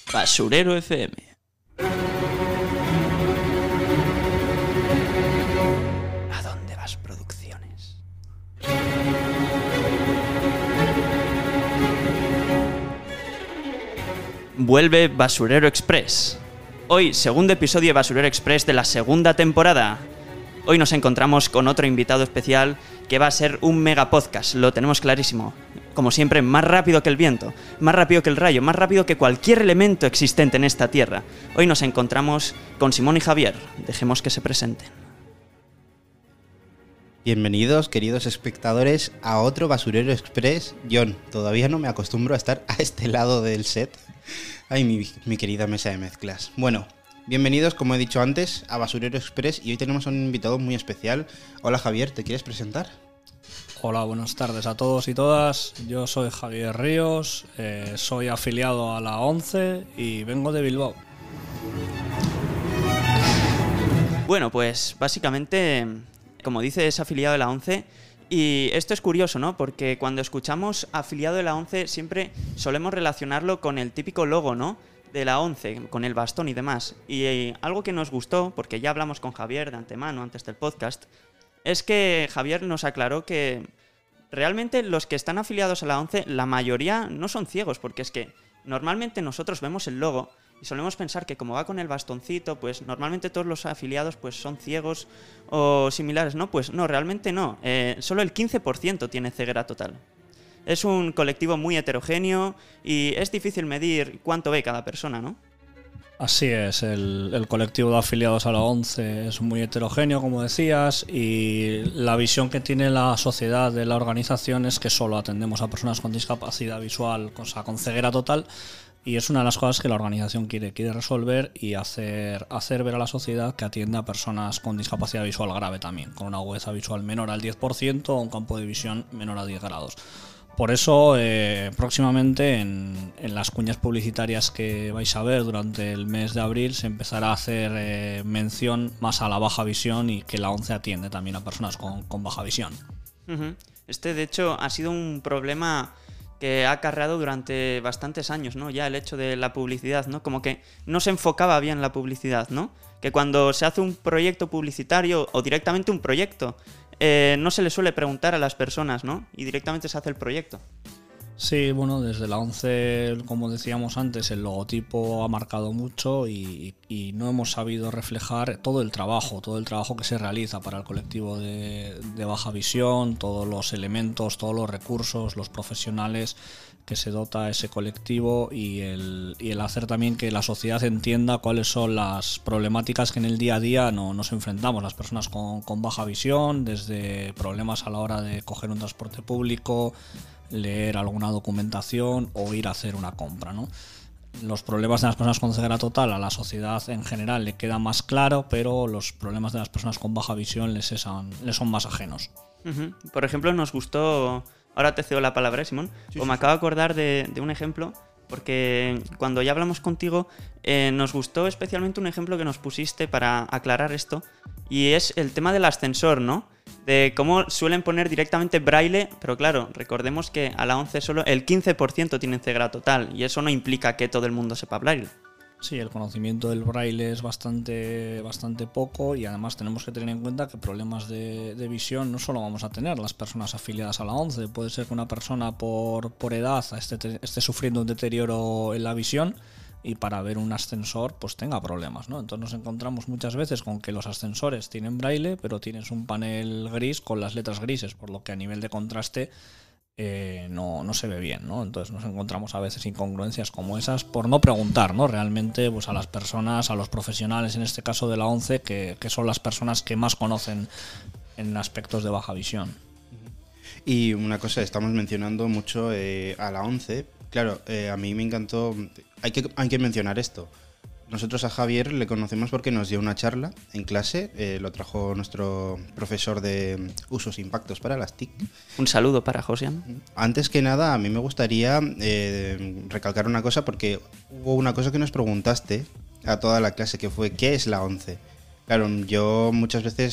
Basurero FM. ¿A dónde vas, Producciones? Vuelve Basurero Express. Hoy, segundo episodio de Basurero Express de la segunda temporada. Hoy nos encontramos con otro invitado especial que va a ser un mega podcast, lo tenemos clarísimo. Como siempre, más rápido que el viento, más rápido que el rayo, más rápido que cualquier elemento existente en esta tierra. Hoy nos encontramos con Simón y Javier. Dejemos que se presenten. Bienvenidos, queridos espectadores, a otro Basurero Express. John, todavía no me acostumbro a estar a este lado del set. Ay, mi querida mesa de mezclas. Bueno, bienvenidos, como he dicho antes, a Basurero Express y hoy tenemos a un invitado muy especial. Hola Javier, ¿te quieres presentar? Hola, buenas tardes a todos y todas. Yo soy Javier Ríos, soy afiliado a la ONCE y vengo de Bilbao. Bueno, pues básicamente, como dice, es afiliado de la ONCE. Y esto es curioso, ¿no? Porque cuando escuchamos afiliado de la ONCE siempre solemos relacionarlo con el típico logo, ¿no?, de la ONCE, con el bastón y demás. Y algo que nos gustó, porque ya hablamos con Javier de antemano antes del podcast, es que Javier nos aclaró que realmente los que están afiliados a la ONCE, la mayoría no son ciegos, porque es que normalmente nosotros vemos el logo y solemos pensar que como va con el bastoncito, pues normalmente todos los afiliados pues son ciegos o similares, ¿no? Pues no, realmente no. Solo el 15% tiene ceguera total. Es un colectivo muy heterogéneo y es difícil medir cuánto ve cada persona, ¿no? Así es, el colectivo de afiliados a la ONCE es muy heterogéneo, como decías, y la visión que tiene la sociedad de la organización es que solo atendemos a personas con discapacidad visual, o sea, con ceguera total, y es una de las cosas que la organización quiere resolver y hacer ver a la sociedad que atiende a personas con discapacidad visual grave también, con una agudeza visual menor al 10% o un campo de visión menor a 10 grados. Por eso, próximamente en las cuñas publicitarias que vais a ver durante el mes de abril se empezará a hacer mención más a la baja visión y que la ONCE atiende también a personas con baja visión. Este, de hecho, ha sido un problema que ha acarreado durante bastantes años, ¿no? Ya el hecho de la publicidad, ¿no? Como que no se enfocaba bien la publicidad, ¿no? Que cuando se hace un proyecto publicitario o directamente un proyecto, no se le suele preguntar a las personas, ¿no? Y directamente se hace el proyecto. Sí, bueno, desde la ONCE, como decíamos antes, el logotipo ha marcado mucho y no hemos sabido reflejar todo el trabajo que se realiza para el colectivo de baja visión, todos los elementos, todos los recursos, los profesionales que se dota ese colectivo y el hacer también que la sociedad entienda cuáles son las problemáticas que en el día a día nos enfrentamos las personas con baja visión, desde problemas a la hora de coger un transporte público, leer alguna documentación o ir a hacer una compra, ¿no? Los problemas de las personas con ceguera total a la sociedad en general le queda más claro, pero los problemas de las personas con baja visión les son más ajenos. Por ejemplo, nos gustó... Ahora te cedo la palabra, Simón. Sí, me acabo de acordar de un ejemplo, porque cuando ya hablamos contigo, nos gustó especialmente un ejemplo que nos pusiste para aclarar esto, y es el tema del ascensor, ¿no? De cómo suelen poner directamente braille, pero claro, recordemos que a la ONCE solo el 15% tiene ceguera total, y eso no implica que todo el mundo sepa braille. Sí, el conocimiento del braille es bastante poco y además tenemos que tener en cuenta que problemas de visión no solo vamos a tener las personas afiliadas a la ONCE. Puede ser que una persona por edad esté sufriendo un deterioro en la visión y para ver un ascensor pues tenga problemas, ¿no? Entonces nos encontramos muchas veces con que los ascensores tienen braille, pero tienes un panel gris con las letras grises, por lo que a nivel de contraste no se ve bien, ¿no? Entonces nos encontramos a veces incongruencias como esas por no preguntar, ¿no? Realmente pues a las personas, a los profesionales, en este caso de la ONCE, que son las personas que más conocen en aspectos de baja visión. Y una cosa, estamos mencionando mucho a la ONCE. Claro, a mí me encantó, hay que mencionar esto. Nosotros a Javier le conocemos porque nos dio una charla en clase, lo trajo nuestro profesor de usos e impactos para las TIC. Un saludo para Josian. Antes que nada, a mí me gustaría recalcar una cosa, porque hubo una cosa que nos preguntaste a toda la clase, que fue ¿qué es la ONCE? Claro, yo muchas veces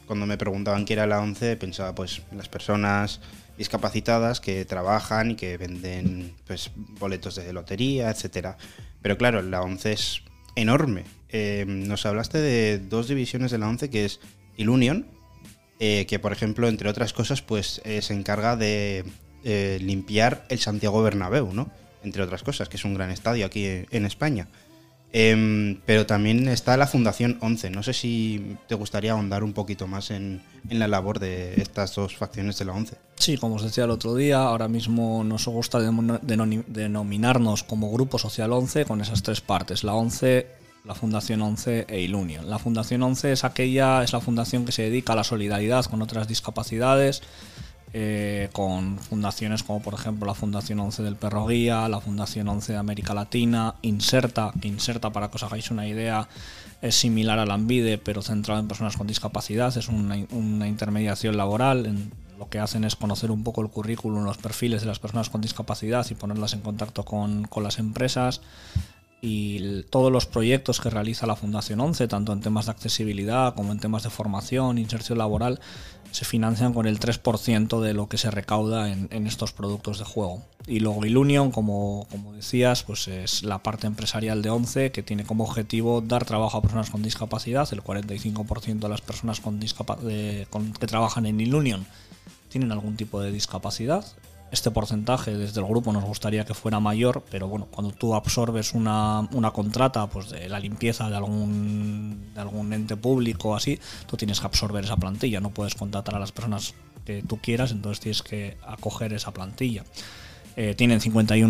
cuando me preguntaban qué era la ONCE, pensaba pues en las personas discapacitadas que trabajan y que venden pues boletos de lotería, etcétera. Pero claro, la ONCE es enorme. Nos hablaste de 2 divisiones de la ONCE, que es Ilunion, que por ejemplo, entre otras cosas, pues se encarga de limpiar el Santiago Bernabéu, ¿no? Entre otras cosas, que es un gran estadio aquí en España. Pero también está la Fundación ONCE. No sé si te gustaría ahondar un poquito más en la labor de estas 2 facciones de la ONCE. Sí, como os decía el otro día, ahora mismo nos gusta denominarnos como Grupo Social ONCE con esas 3 partes: la ONCE, la Fundación ONCE e Ilunion. La Fundación ONCE es la fundación que se dedica a la solidaridad con otras discapacidades, con fundaciones como por ejemplo la Fundación ONCE del Perro Guía, la Fundación ONCE de América Latina, Inserta, para que os hagáis una idea, es similar a la Ambide pero centrado en personas con discapacidad, es una intermediación laboral. Lo que hacen es conocer un poco el currículum, los perfiles de las personas con discapacidad y ponerlas en contacto con las empresas. Y todos los proyectos que realiza la Fundación ONCE, tanto en temas de accesibilidad como en temas de formación, inserción laboral, se financian con el 3% de lo que se recauda en estos productos de juego. Y luego Ilunion, como decías, pues es la parte empresarial de ONCE, que tiene como objetivo dar trabajo a personas con discapacidad. El 45% de las personas que trabajan en Ilunion tienen algún tipo de discapacidad. Este porcentaje desde el grupo nos gustaría que fuera mayor, pero bueno, cuando tú absorbes una contrata pues de la limpieza de algún ente público o así, tú tienes que absorber esa plantilla, no puedes contratar a las personas que tú quieras, entonces tienes que acoger esa plantilla. Tienen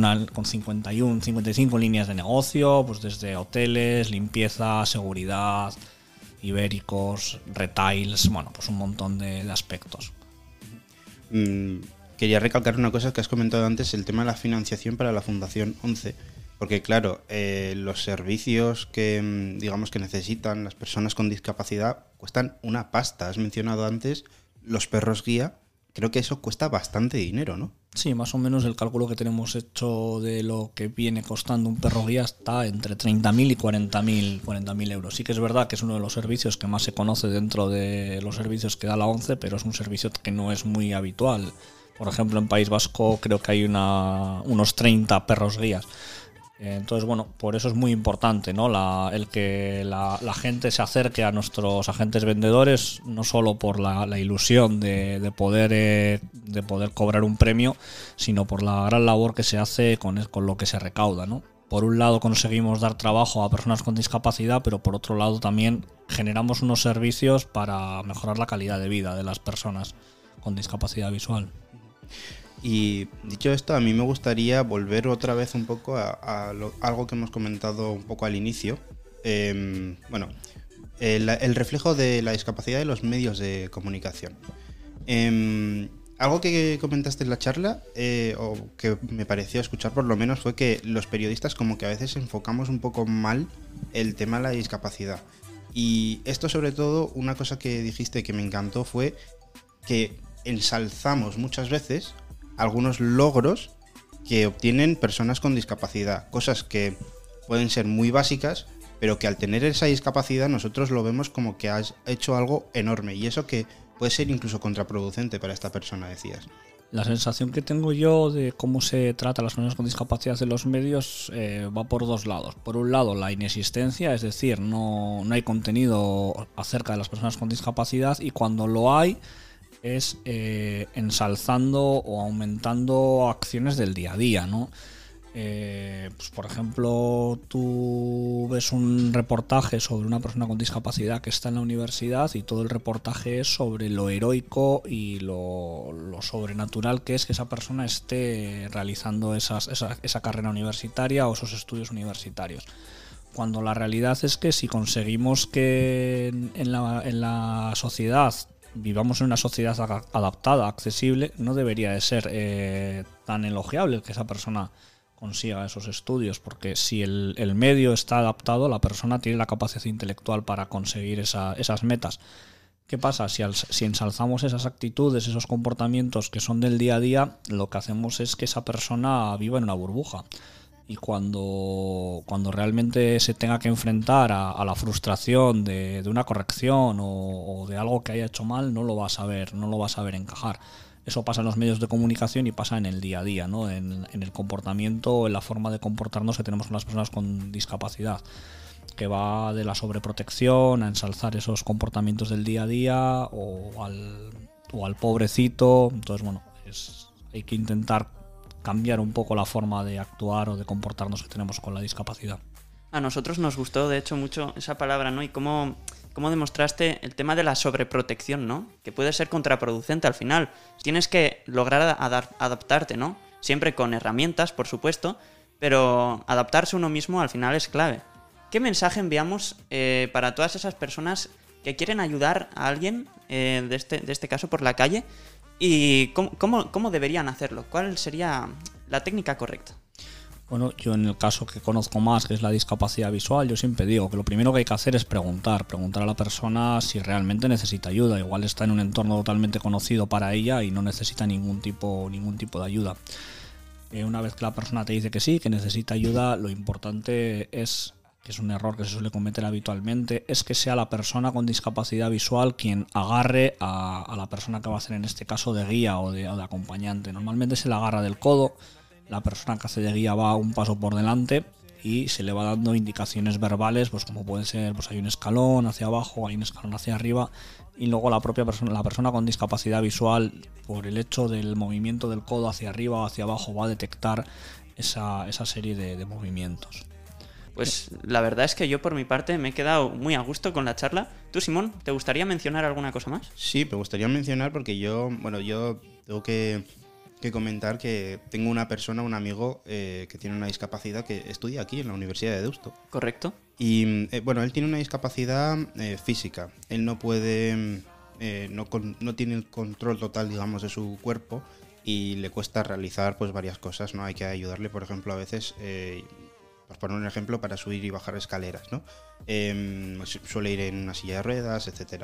55 líneas de negocio, pues desde hoteles, limpieza, seguridad, ibéricos, retails, bueno, pues un montón de aspectos. Quería recalcar una cosa que has comentado antes, el tema de la financiación para la Fundación ONCE, porque claro, los servicios que digamos que necesitan las personas con discapacidad cuestan una pasta. Has mencionado antes los perros guía, creo que eso cuesta bastante dinero, ¿no? Sí, más o menos el cálculo que tenemos hecho de lo que viene costando un perro guía está entre 30.000 y 40.000 euros. Sí que es verdad que es uno de los servicios que más se conoce dentro de los servicios que da la ONCE, pero es un servicio que no es muy habitual. Por ejemplo, en País Vasco creo que hay unos 30 perros guías. Entonces, bueno, por eso es muy importante, ¿no? El que la gente se acerque a nuestros agentes vendedores, no solo por la ilusión de poder cobrar un premio, sino por la gran labor que se hace con lo que se recauda, ¿no? Por un lado conseguimos dar trabajo a personas con discapacidad, pero por otro lado también generamos unos servicios para mejorar la calidad de vida de las personas con discapacidad visual. Y dicho esto, a mí me gustaría volver otra vez un poco a algo que hemos comentado un poco al inicio. El reflejo de la discapacidad de los medios de comunicación. Algo que comentaste en la charla, o que me pareció escuchar por lo menos, fue que los periodistas como que a veces enfocamos un poco mal el tema de la discapacidad. Y esto sobre todo, una cosa que dijiste que me encantó fue que ensalzamos muchas veces algunos logros que obtienen personas con discapacidad, cosas que pueden ser muy básicas, pero que al tener esa discapacidad nosotros lo vemos como que has hecho algo enorme, y eso que puede ser incluso contraproducente para esta persona, decías. La sensación que tengo yo de cómo se trata a las personas con discapacidad en los medios va por 2 lados. Por un lado, la inexistencia, es decir, no hay contenido acerca de las personas con discapacidad, y cuando lo hay es ensalzando o aumentando acciones del día a día, ¿no? Pues por ejemplo, tú ves un reportaje sobre una persona con discapacidad que está en la universidad y todo el reportaje es sobre lo heroico y lo sobrenatural que es que esa persona esté realizando esa carrera universitaria o esos estudios universitarios. Cuando la realidad es que si conseguimos que en la sociedad vivamos en una sociedad adaptada, accesible, no debería de ser tan elogiable que esa persona consiga esos estudios, porque si el medio está adaptado, la persona tiene la capacidad intelectual para conseguir esas metas. ¿Qué pasa? Si ensalzamos esas actitudes, esos comportamientos que son del día a día, lo que hacemos es que esa persona viva en una burbuja. y cuando realmente se tenga que enfrentar a la frustración de una corrección o de algo que haya hecho mal, no lo va a saber encajar. Eso pasa en los medios de comunicación y pasa en el día a día, ¿no? En el comportamiento, en la forma de comportarnos que tenemos con las personas con discapacidad, que va de la sobreprotección a ensalzar esos comportamientos del día a día o al pobrecito. Entonces, bueno, hay que intentar cambiar un poco la forma de actuar o de comportarnos que tenemos con la discapacidad. A nosotros nos gustó, de hecho, mucho esa palabra, ¿no? Y cómo demostraste el tema de la sobreprotección, ¿no? Que puede ser contraproducente al final. Tienes que lograr adaptarte, ¿no? Siempre con herramientas, por supuesto, pero adaptarse uno mismo al final es clave. ¿Qué mensaje enviamos para todas esas personas que quieren ayudar a alguien, de este caso por la calle? ¿Y cómo deberían hacerlo? ¿Cuál sería la técnica correcta? Bueno, yo en el caso que conozco más, que es la discapacidad visual, yo siempre digo que lo primero que hay que hacer es preguntar a la persona si realmente necesita ayuda. Igual está en un entorno totalmente conocido para ella y no necesita ningún tipo de ayuda. Una vez que la persona te dice que sí, que necesita ayuda, lo importante es, que es un error que se suele cometer habitualmente, es que sea la persona con discapacidad visual quien agarre a la persona que va a hacer en este caso de guía o de acompañante. Normalmente se le agarra del codo. La persona que hace de guía va un paso por delante y se le va dando indicaciones verbales, pues como puede ser, pues hay un escalón hacia abajo, hay un escalón hacia arriba, y luego la persona con discapacidad visual, por el hecho del movimiento del codo hacia arriba o hacia abajo, va a detectar esa serie de movimientos. Pues la verdad es que yo por mi parte me he quedado muy a gusto con la charla. ¿Tú, Simón, te gustaría mencionar alguna cosa más? Sí, me gustaría mencionar porque yo tengo que comentar que tengo una persona, un amigo que tiene una discapacidad que estudia aquí en la Universidad de Deusto. Correcto. Y él tiene una discapacidad física. Él no puede, no tiene el control total, digamos, de su cuerpo y le cuesta realizar pues varias cosas, ¿no? Hay que ayudarle, por ejemplo, a veces, pues poner un ejemplo, para subir y bajar escaleras, ¿no? Suele ir en una silla de ruedas, etcétera.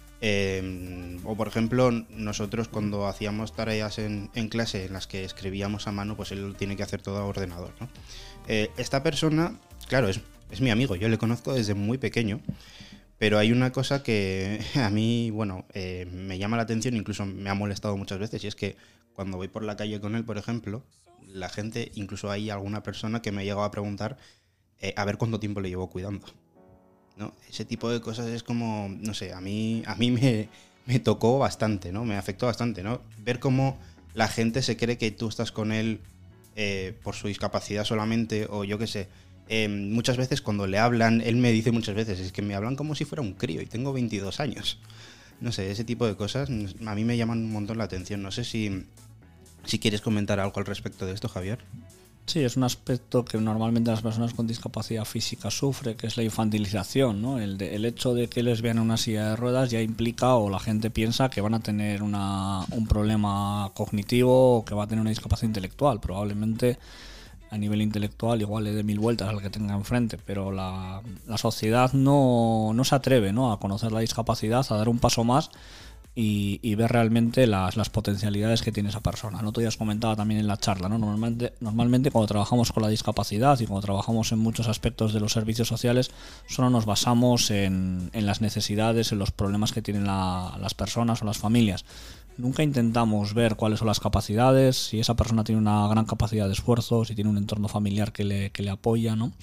O por ejemplo, nosotros cuando hacíamos tareas en clase en las que escribíamos a mano, pues él lo tiene que hacer todo a ordenador, ¿no? Esta persona, claro, es mi amigo, yo le conozco desde muy pequeño, pero hay una cosa que a mí, me llama la atención, incluso me ha molestado muchas veces, y es que cuando voy por la calle con él, por ejemplo, la gente, incluso hay alguna persona que me ha llegado a preguntar a ver cuánto tiempo le llevo cuidando, ¿no? Ese tipo de cosas es como, no sé, a mí me tocó bastante, ¿no? Me afectó bastante, ¿no? Ver cómo la gente se cree que tú estás con él por su discapacidad solamente, o yo qué sé. Muchas veces cuando le hablan, él me dice muchas veces, es que me hablan como si fuera un crío y tengo 22 años. No sé, ese tipo de cosas a mí me llaman un montón la atención. No sé si quieres comentar algo al respecto de esto, Javier. Sí, es un aspecto que normalmente las personas con discapacidad física sufren, que es la infantilización, ¿no? El hecho de que les vean en una silla de ruedas ya implica, o la gente piensa, que van a tener un problema cognitivo o que va a tener una discapacidad intelectual. Probablemente a nivel intelectual igual le dé 1000 vueltas al que tenga enfrente, pero la sociedad no se atreve, ¿no?, a conocer la discapacidad, a dar un paso más y ver realmente las potencialidades que tiene esa persona, ¿no? Tú ya has comentado también en la charla, ¿no? Normalmente cuando trabajamos con la discapacidad y cuando trabajamos en muchos aspectos de los servicios sociales, solo nos basamos en las necesidades, en los problemas que tienen las personas o las familias. Nunca intentamos ver cuáles son las capacidades, si esa persona tiene una gran capacidad de esfuerzo, si tiene un entorno familiar que le apoya, ¿no?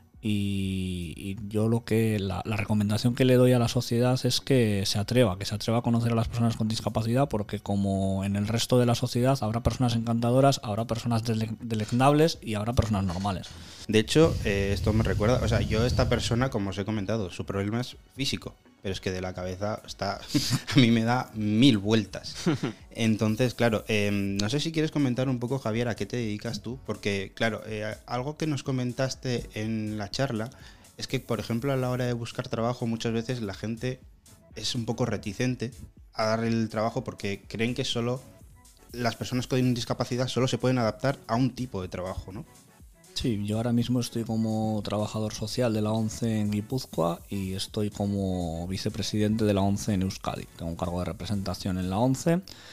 Y yo la recomendación que le doy a la sociedad es que se atreva a conocer a las personas con discapacidad, porque como en el resto de la sociedad habrá personas encantadoras, habrá personas deleznables y habrá personas normales. De hecho, esto me recuerda, yo esta persona, como os he comentado, su problema es físico, pero es que de la cabeza a mí me da 1000 vueltas. Entonces, claro, no sé si quieres comentar un poco, Javier, a qué te dedicas tú, porque, claro, algo que nos comentaste en la charla es que, por ejemplo, a la hora de buscar trabajo, muchas veces la gente es un poco reticente a dar el trabajo porque creen que solo las personas con discapacidad solo se pueden adaptar a un tipo de trabajo, ¿no? Sí, yo ahora mismo estoy como trabajador social de la ONCE en Guipúzcoa y estoy como vicepresidente de la ONCE en Euskadi. Tengo un cargo de representación en la ONCE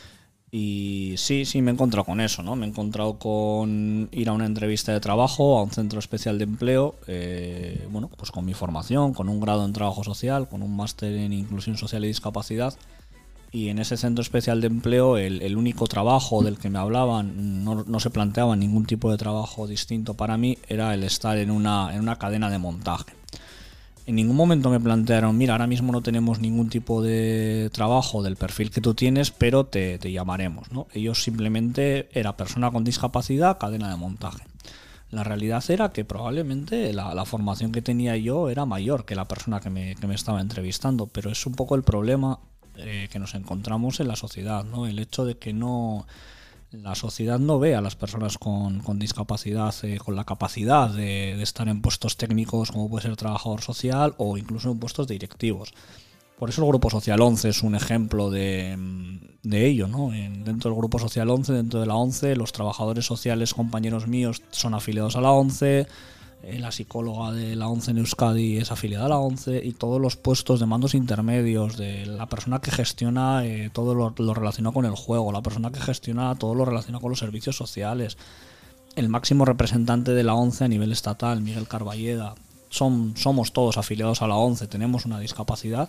Y sí, me he encontrado con eso, ¿no? Me he encontrado con ir a una entrevista de trabajo a un centro especial de empleo, bueno, pues con mi formación, con un grado en trabajo social, con un máster en inclusión social y discapacidad. Y en ese centro especial de empleo el único trabajo del que me hablaban, no se planteaba ningún tipo de trabajo distinto para mí, era el estar en una cadena de montaje. En ningún momento me plantearon, mira, ahora mismo no tenemos ningún tipo de trabajo del perfil que tú tienes, pero te llamaremos, ¿no? Ellos simplemente era persona con discapacidad, cadena de montaje. La realidad era que probablemente la formación que tenía yo era mayor que la persona que me estaba entrevistando, pero es un poco el problema que nos encontramos en la sociedad, ¿no? El hecho de que la sociedad no ve a las personas con discapacidad con la capacidad de estar en puestos técnicos como puede ser trabajador social o incluso en puestos directivos. Por eso el Grupo Social 11 es un ejemplo de ello, ¿no? Dentro del Grupo Social 11, dentro de la 11, los trabajadores sociales, compañeros míos, son afiliados a la 11, la psicóloga de la 11 en Euskadi es afiliada a la 11 y todos los puestos de mandos intermedios, de la persona que gestiona todo lo relacionado con el juego, la persona que gestiona todo lo relacionado con los servicios sociales, el máximo representante de la 11 a nivel estatal, Miguel Carballeda, somos todos afiliados a la 11, tenemos una discapacidad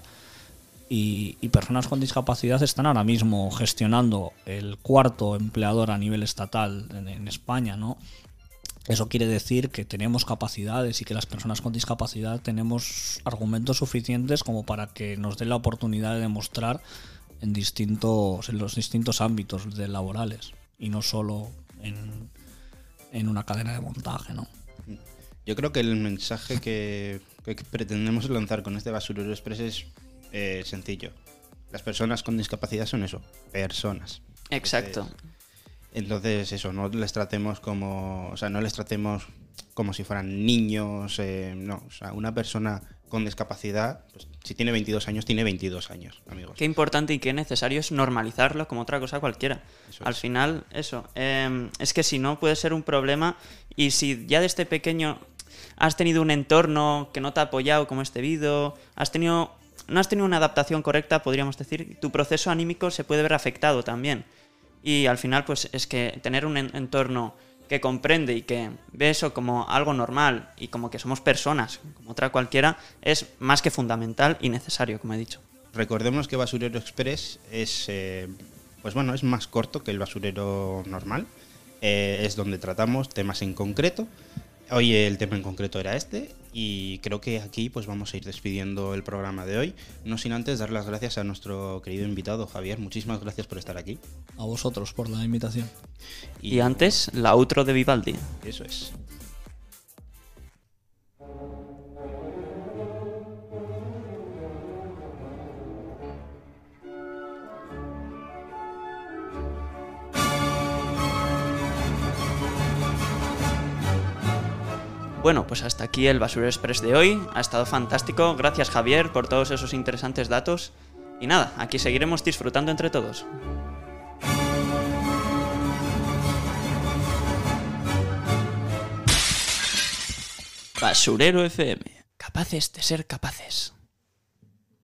y personas con discapacidad están ahora mismo gestionando el cuarto empleador a nivel estatal en España, ¿no? Eso quiere decir que tenemos capacidades y que las personas con discapacidad tenemos argumentos suficientes como para que nos den la oportunidad de demostrar en los distintos ámbitos laborales y no solo en una cadena de montaje, ¿no? Yo creo que el mensaje que pretendemos lanzar con este Basurero Express es sencillo. Las personas con discapacidad son eso, personas. Exacto. Entonces eso, no les tratemos como si fueran niños, no, o sea, una persona con discapacidad, pues, si tiene 22 años, tiene 22 años, amigos. Qué importante y qué necesario es normalizarlo como otra cosa cualquiera. Al final, eso, es que si no puede ser un problema y si ya desde pequeño has tenido un entorno que no te ha apoyado como este vídeo, no has tenido una adaptación correcta, podríamos decir, tu proceso anímico se puede ver afectado también. Y al final, pues es que tener un entorno que comprende y que ve eso como algo normal y como que somos personas, como otra cualquiera, es más que fundamental y necesario, como he dicho. Recordemos que Basurero Express es más corto que el basurero normal. Es donde tratamos temas en concreto. Hoy el tema en concreto era este y creo que aquí pues vamos a ir despidiendo el programa de hoy, no sin antes dar las gracias a nuestro querido invitado Javier. Muchísimas gracias por estar aquí. A vosotros por la invitación. Y antes, la outro de Vivaldi. Eso es. Bueno, pues hasta aquí el Basurero Express de hoy. Ha estado fantástico. Gracias, Javier, por todos esos interesantes datos. Y nada, aquí seguiremos disfrutando entre todos. Basurero FM. Capaces de ser capaces.